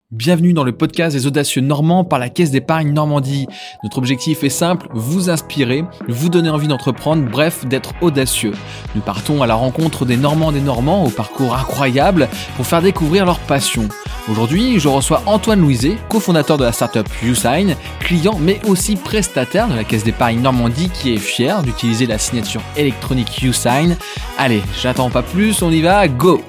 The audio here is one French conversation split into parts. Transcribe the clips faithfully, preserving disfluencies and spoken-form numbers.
Bienvenue dans le podcast des audacieux normands par la Caisse d'épargne Normandie. Notre objectif est simple, vous inspirer, vous donner envie d'entreprendre, bref, d'être audacieux. Nous partons à la rencontre des Normands et des Normands au parcours incroyable pour faire découvrir leur passion. Aujourd'hui, je reçois Antoine Louiset, cofondateur de la startup YouSign, client mais aussi prestataire de la Caisse d'épargne Normandie qui est fier d'utiliser la signature électronique YouSign. Allez, j'attends pas plus, on y va, go!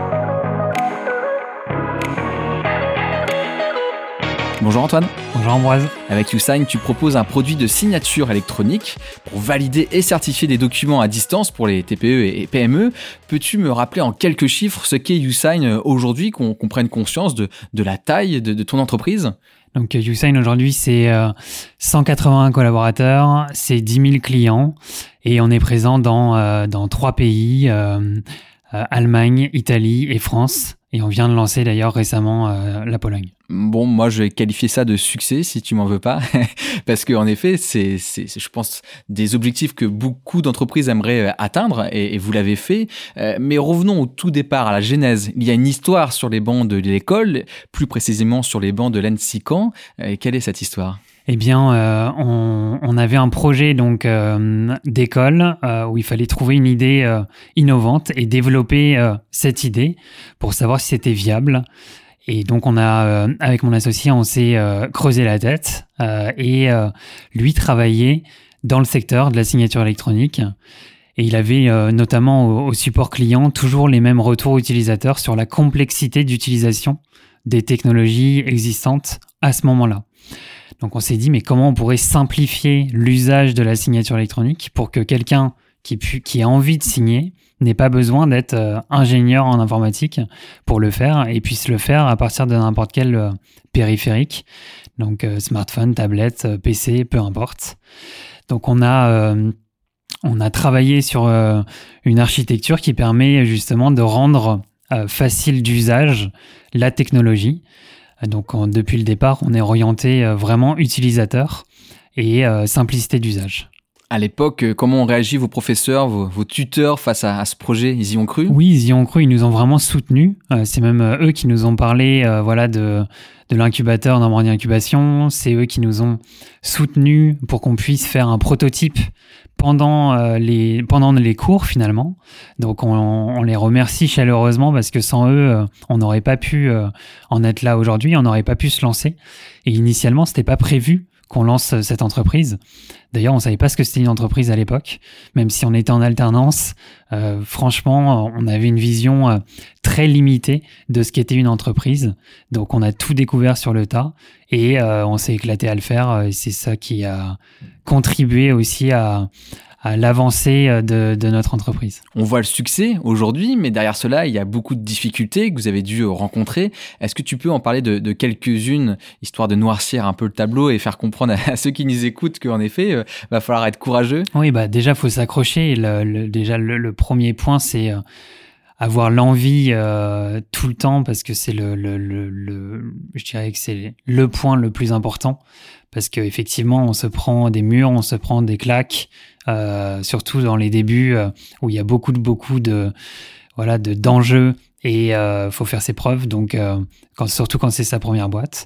Bonjour Antoine. Bonjour Ambroise. Avec YouSign, tu proposes un produit de signature électronique pour valider et certifier des documents à distance pour les T P E et P M E. Peux-tu me rappeler en quelques chiffres ce qu'est YouSign aujourd'hui, qu'on, qu'on prenne conscience de, de la taille de, de ton entreprise ? Donc YouSign aujourd'hui, c'est euh, cent quatre-vingts collaborateurs, c'est dix mille clients et on est présent dans, euh, dans trois pays, euh, euh, Allemagne, Italie et France. Et on vient de lancer d'ailleurs récemment euh, la Pologne. Bon, moi, je vais qualifier ça de succès, si tu m'en veux pas, parce que en effet, c'est, c'est, c'est, je pense, des objectifs que beaucoup d'entreprises aimeraient atteindre, et, et vous l'avez fait. Euh, mais revenons au tout départ, à la genèse. Il y a une histoire sur les bancs de l'école, plus précisément sur les bancs de l'E N S I C an. Euh, quelle est cette histoire ? Eh bien, euh, on, on avait un projet donc euh, d'école euh, où il fallait trouver une idée euh, innovante et développer euh, cette idée pour savoir si c'était viable. Et donc, on a, euh, avec mon associé, on s'est euh, creusé la tête euh, et euh, lui travaillait dans le secteur de la signature électronique. Et il avait euh, notamment au, au support client toujours les mêmes retours utilisateurs sur la complexité d'utilisation des technologies existantes à ce moment-là. Donc, on s'est dit, mais comment on pourrait simplifier l'usage de la signature électronique pour que quelqu'un qui, pu, qui a envie de signer n'ait pas besoin d'être euh, ingénieur en informatique pour le faire et puisse le faire à partir de n'importe quel euh, périphérique, donc euh, smartphone, tablette, euh, P C, peu importe. Donc, on a, euh, on a travaillé sur euh, une architecture qui permet justement de rendre euh, facile d'usage la technologie. Donc, on, depuis le départ, on est orienté euh, vraiment utilisateur et euh, simplicité d'usage. À l'époque, comment ont réagi vos professeurs, vos, vos tuteurs face à, à ce projet ? Ils y ont cru ? Oui, ils y ont cru, ils nous ont vraiment soutenus. Euh, c'est même euh, eux qui nous ont parlé euh, voilà, de, de l'incubateur Normandie Incubation. C'est eux qui nous ont soutenus pour qu'on puisse faire un prototype pendant, euh, les, pendant les cours finalement. Donc on, on les remercie chaleureusement parce que sans eux, euh, on n'aurait pas pu euh, en être là aujourd'hui, on n'aurait pas pu se lancer. Et initialement, c'était pas prévu qu'on lance cette entreprise. D'ailleurs, on savait pas ce que c'était une entreprise à l'époque, même si on était en alternance. Euh, franchement, on avait une vision euh, très limitée de ce qu'était une entreprise. Donc, on a tout découvert sur le tas et euh, on s'est éclaté à le faire. Et c'est ça qui a contribué aussi à, à l'avancée de, de notre entreprise. On voit le succès aujourd'hui, mais derrière cela, il y a beaucoup de difficultés que vous avez dû rencontrer. Est-ce que tu peux en parler de, de quelques-unes, histoire de noircir un peu le tableau et faire comprendre à ceux qui nous écoutent qu'en effet, euh, va falloir être courageux ? Oui, bah déjà, faut s'accrocher. Le, le, déjà, le, le premier point, c'est euh, avoir l'envie euh, tout le temps, parce que c'est le, le, le, le, je dirais que c'est le point le plus important, parce qu'effectivement, on se prend des murs, on se prend des claques. Euh, surtout dans les débuts euh, où il y a beaucoup de beaucoup de voilà de d'enjeux et euh, faut faire ses preuves, donc euh, quand, surtout quand c'est sa première boîte.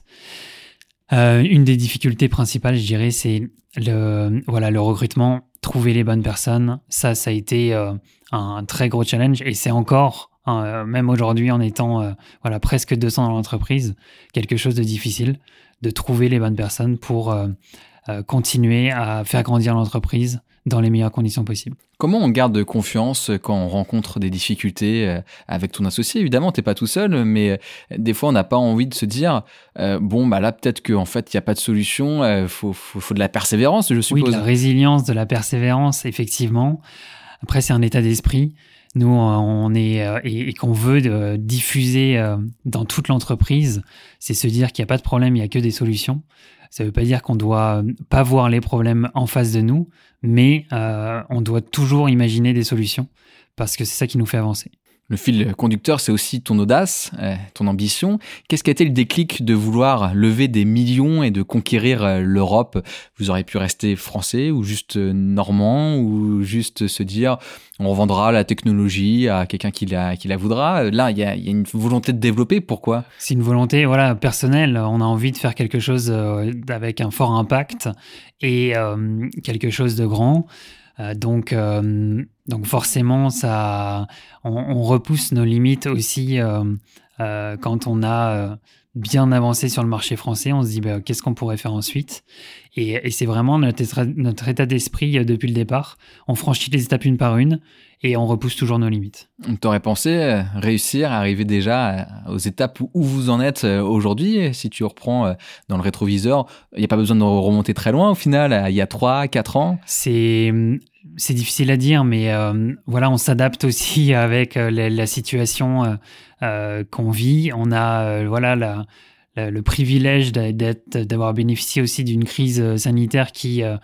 Euh, une des difficultés principales, je dirais, c'est le voilà le recrutement, trouver les bonnes personnes. Ça, ça a été euh, un très gros challenge et c'est encore euh, même aujourd'hui en étant euh, voilà presque deux cents dans l'entreprise, quelque chose de difficile de trouver les bonnes personnes pour euh, euh, continuer à faire grandir l'entreprise dans les meilleures conditions possibles. Comment on garde confiance quand on rencontre des difficultés avec ton associé ? Évidemment, t'es pas tout seul, mais des fois, on n'a pas envie de se dire euh, bon, bah là, peut-être qu'en fait, il n'y a pas de solution, il euh, faut, faut, faut de la persévérance, je suppose. Oui, de la résilience, de la persévérance, effectivement. Après, c'est un état d'esprit. Nous, on est et, et qu'on veut de, diffuser dans toute l'entreprise, c'est se dire qu'il n'y a pas de problème, il n'y a que des solutions. Ça ne veut pas dire qu'on doit pas voir les problèmes en face de nous, mais euh, on doit toujours imaginer des solutions parce que c'est ça qui nous fait avancer. Le fil conducteur, c'est aussi ton audace, euh, ton ambition. Qu'est-ce qui a été le déclic de vouloir lever des millions et de conquérir euh, l'Europe ? Vous auriez pu rester français ou juste euh, normand ou juste se dire on revendra la technologie à quelqu'un qui la, qui la voudra. Là, il y a, y a une volonté de développer. Pourquoi ? C'est une volonté voilà, personnelle. On a envie de faire quelque chose euh, avec un fort impact et euh, quelque chose de grand. Euh, donc, euh, donc forcément, ça, on, on repousse nos limites aussi euh, euh, quand on a euh, bien avancé sur le marché français. On se dit bah, qu'est-ce qu'on pourrait faire ensuite ? Et, et c'est vraiment notre, notre état d'esprit euh, depuis le départ. On franchit les étapes une par une et on repousse toujours nos limites. T'aurais pensé euh, réussir à arriver déjà euh, aux étapes où, où vous en êtes euh, aujourd'hui ? Si tu reprends euh, dans le rétroviseur, il n'y a pas besoin de remonter très loin au final, euh, il y a trois, quatre ans. C'est, c'est difficile à dire, mais euh, voilà, on s'adapte aussi avec euh, la, la situation euh, euh, qu'on vit. On a euh, voilà, la, la, le privilège d'être, d'avoir bénéficié aussi d'une crise sanitaire qui euh,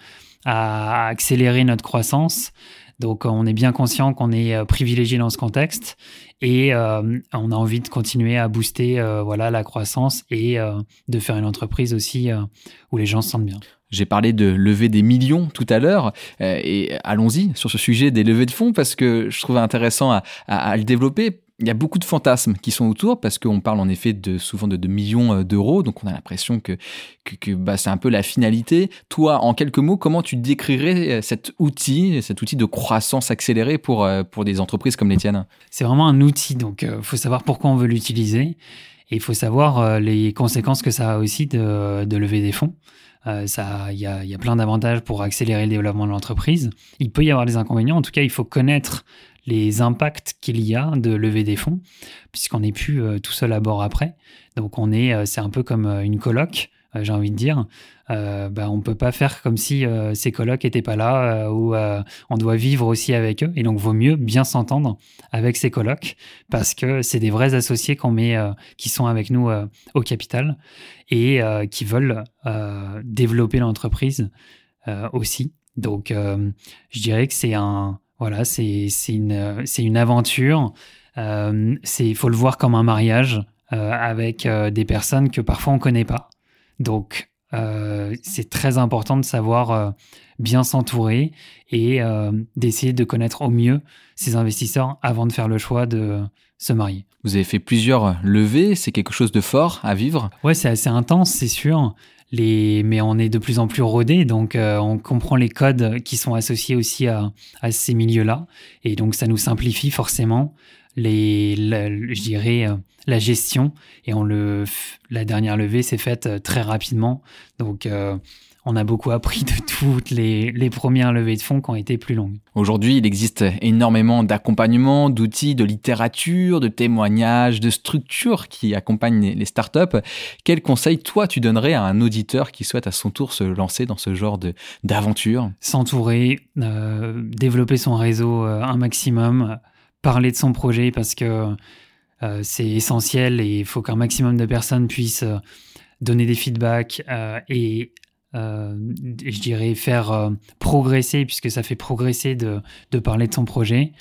a accéléré notre croissance. Donc, on est bien conscient qu'on est privilégié dans ce contexte et euh, on a envie de continuer à booster euh, voilà, la croissance et euh, de faire une entreprise aussi euh, où les gens se sentent bien. J'ai parlé de lever des millions tout à l'heure euh, et allons-y sur ce sujet des levées de fonds parce que je trouvais intéressant à, à, à le développer. Il y a beaucoup de fantasmes qui sont autour parce qu'on parle en effet de, souvent de, de millions d'euros, donc on a l'impression que, que, que bah, c'est un peu la finalité. Toi, en quelques mots, comment tu décrirais cet outil, cet outil de croissance accélérée pour, pour des entreprises comme les tiennes ? C'est vraiment un outil, donc il euh, faut savoir pourquoi on veut l'utiliser et il faut savoir euh, les conséquences que ça a aussi de, de lever des fonds. Euh, ça, il y a, y a plein d'avantages pour accélérer le développement de l'entreprise. Il peut y avoir des inconvénients. En tout cas, il faut connaître les impacts qu'il y a de lever des fonds, puisqu'on n'est plus euh, tout seul à bord après. Donc, on est, euh, c'est un peu comme euh, une coloc, euh, j'ai envie de dire. Euh, bah, on ne peut pas faire comme si euh, ces colocs n'étaient pas là, euh, ou euh, on doit vivre aussi avec eux. Et donc, vaut mieux bien s'entendre avec ces colocs, parce que c'est des vrais associés qu'on met, euh, qui sont avec nous euh, au capital et euh, qui veulent euh, développer l'entreprise euh, aussi. Donc, euh, je dirais que c'est un... Voilà, c'est, c'est, une, c'est une aventure. Euh, il faut le voir comme un mariage euh, avec euh, des personnes que parfois on ne connaît pas. Donc, euh, c'est très important de savoir euh, bien s'entourer et euh, d'essayer de connaître au mieux ses investisseurs avant de faire le choix de se marier. Vous avez fait plusieurs levées. C'est quelque chose de fort à vivre ? Ouais, c'est assez intense, c'est sûr. Les... Mais on est de plus en plus rodé, donc euh, on comprend les codes qui sont associés aussi à, à ces milieux-là. Et donc, ça nous simplifie forcément, les, la, je dirais, euh, la gestion. Et on le, la dernière levée s'est faite très rapidement. Donc, euh, on a beaucoup appris de toutes les, les premières levées de fonds qui ont été plus longues. Aujourd'hui, il existe énormément d'accompagnement, d'outils, de littérature, de témoignages, de structures qui accompagnent les startups. Quel conseil, toi, tu donnerais à un auditeur qui souhaite à son tour se lancer dans ce genre de, d'aventure ? S'entourer, euh, développer son réseau euh, un maximum, parler de son projet parce que euh, c'est essentiel et il faut qu'un maximum de personnes puissent euh, donner des feedbacks euh, et Euh, je dirais faire euh, progresser, puisque ça fait progresser de, de parler de son projet.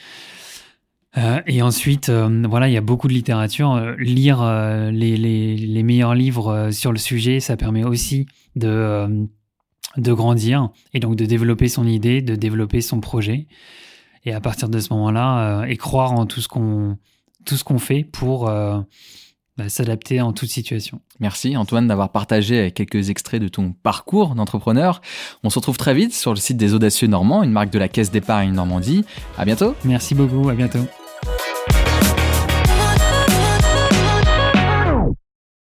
Euh, et ensuite, euh, voilà, il y a beaucoup de littérature. Euh, lire euh, les, les, les meilleurs livres euh, sur le sujet, ça permet aussi de, euh, de grandir et donc de développer son idée, de développer son projet. Et à partir de ce moment-là, euh, et croire en tout ce qu'on, tout ce qu'on fait pour... Euh, Bah, s'adapter en toute situation. Merci Antoine d'avoir partagé quelques extraits de ton parcours d'entrepreneur. On se retrouve très vite sur le site des Audacieux Normands, une marque de la Caisse d'épargne Normandie. À bientôt. Merci beaucoup, à bientôt.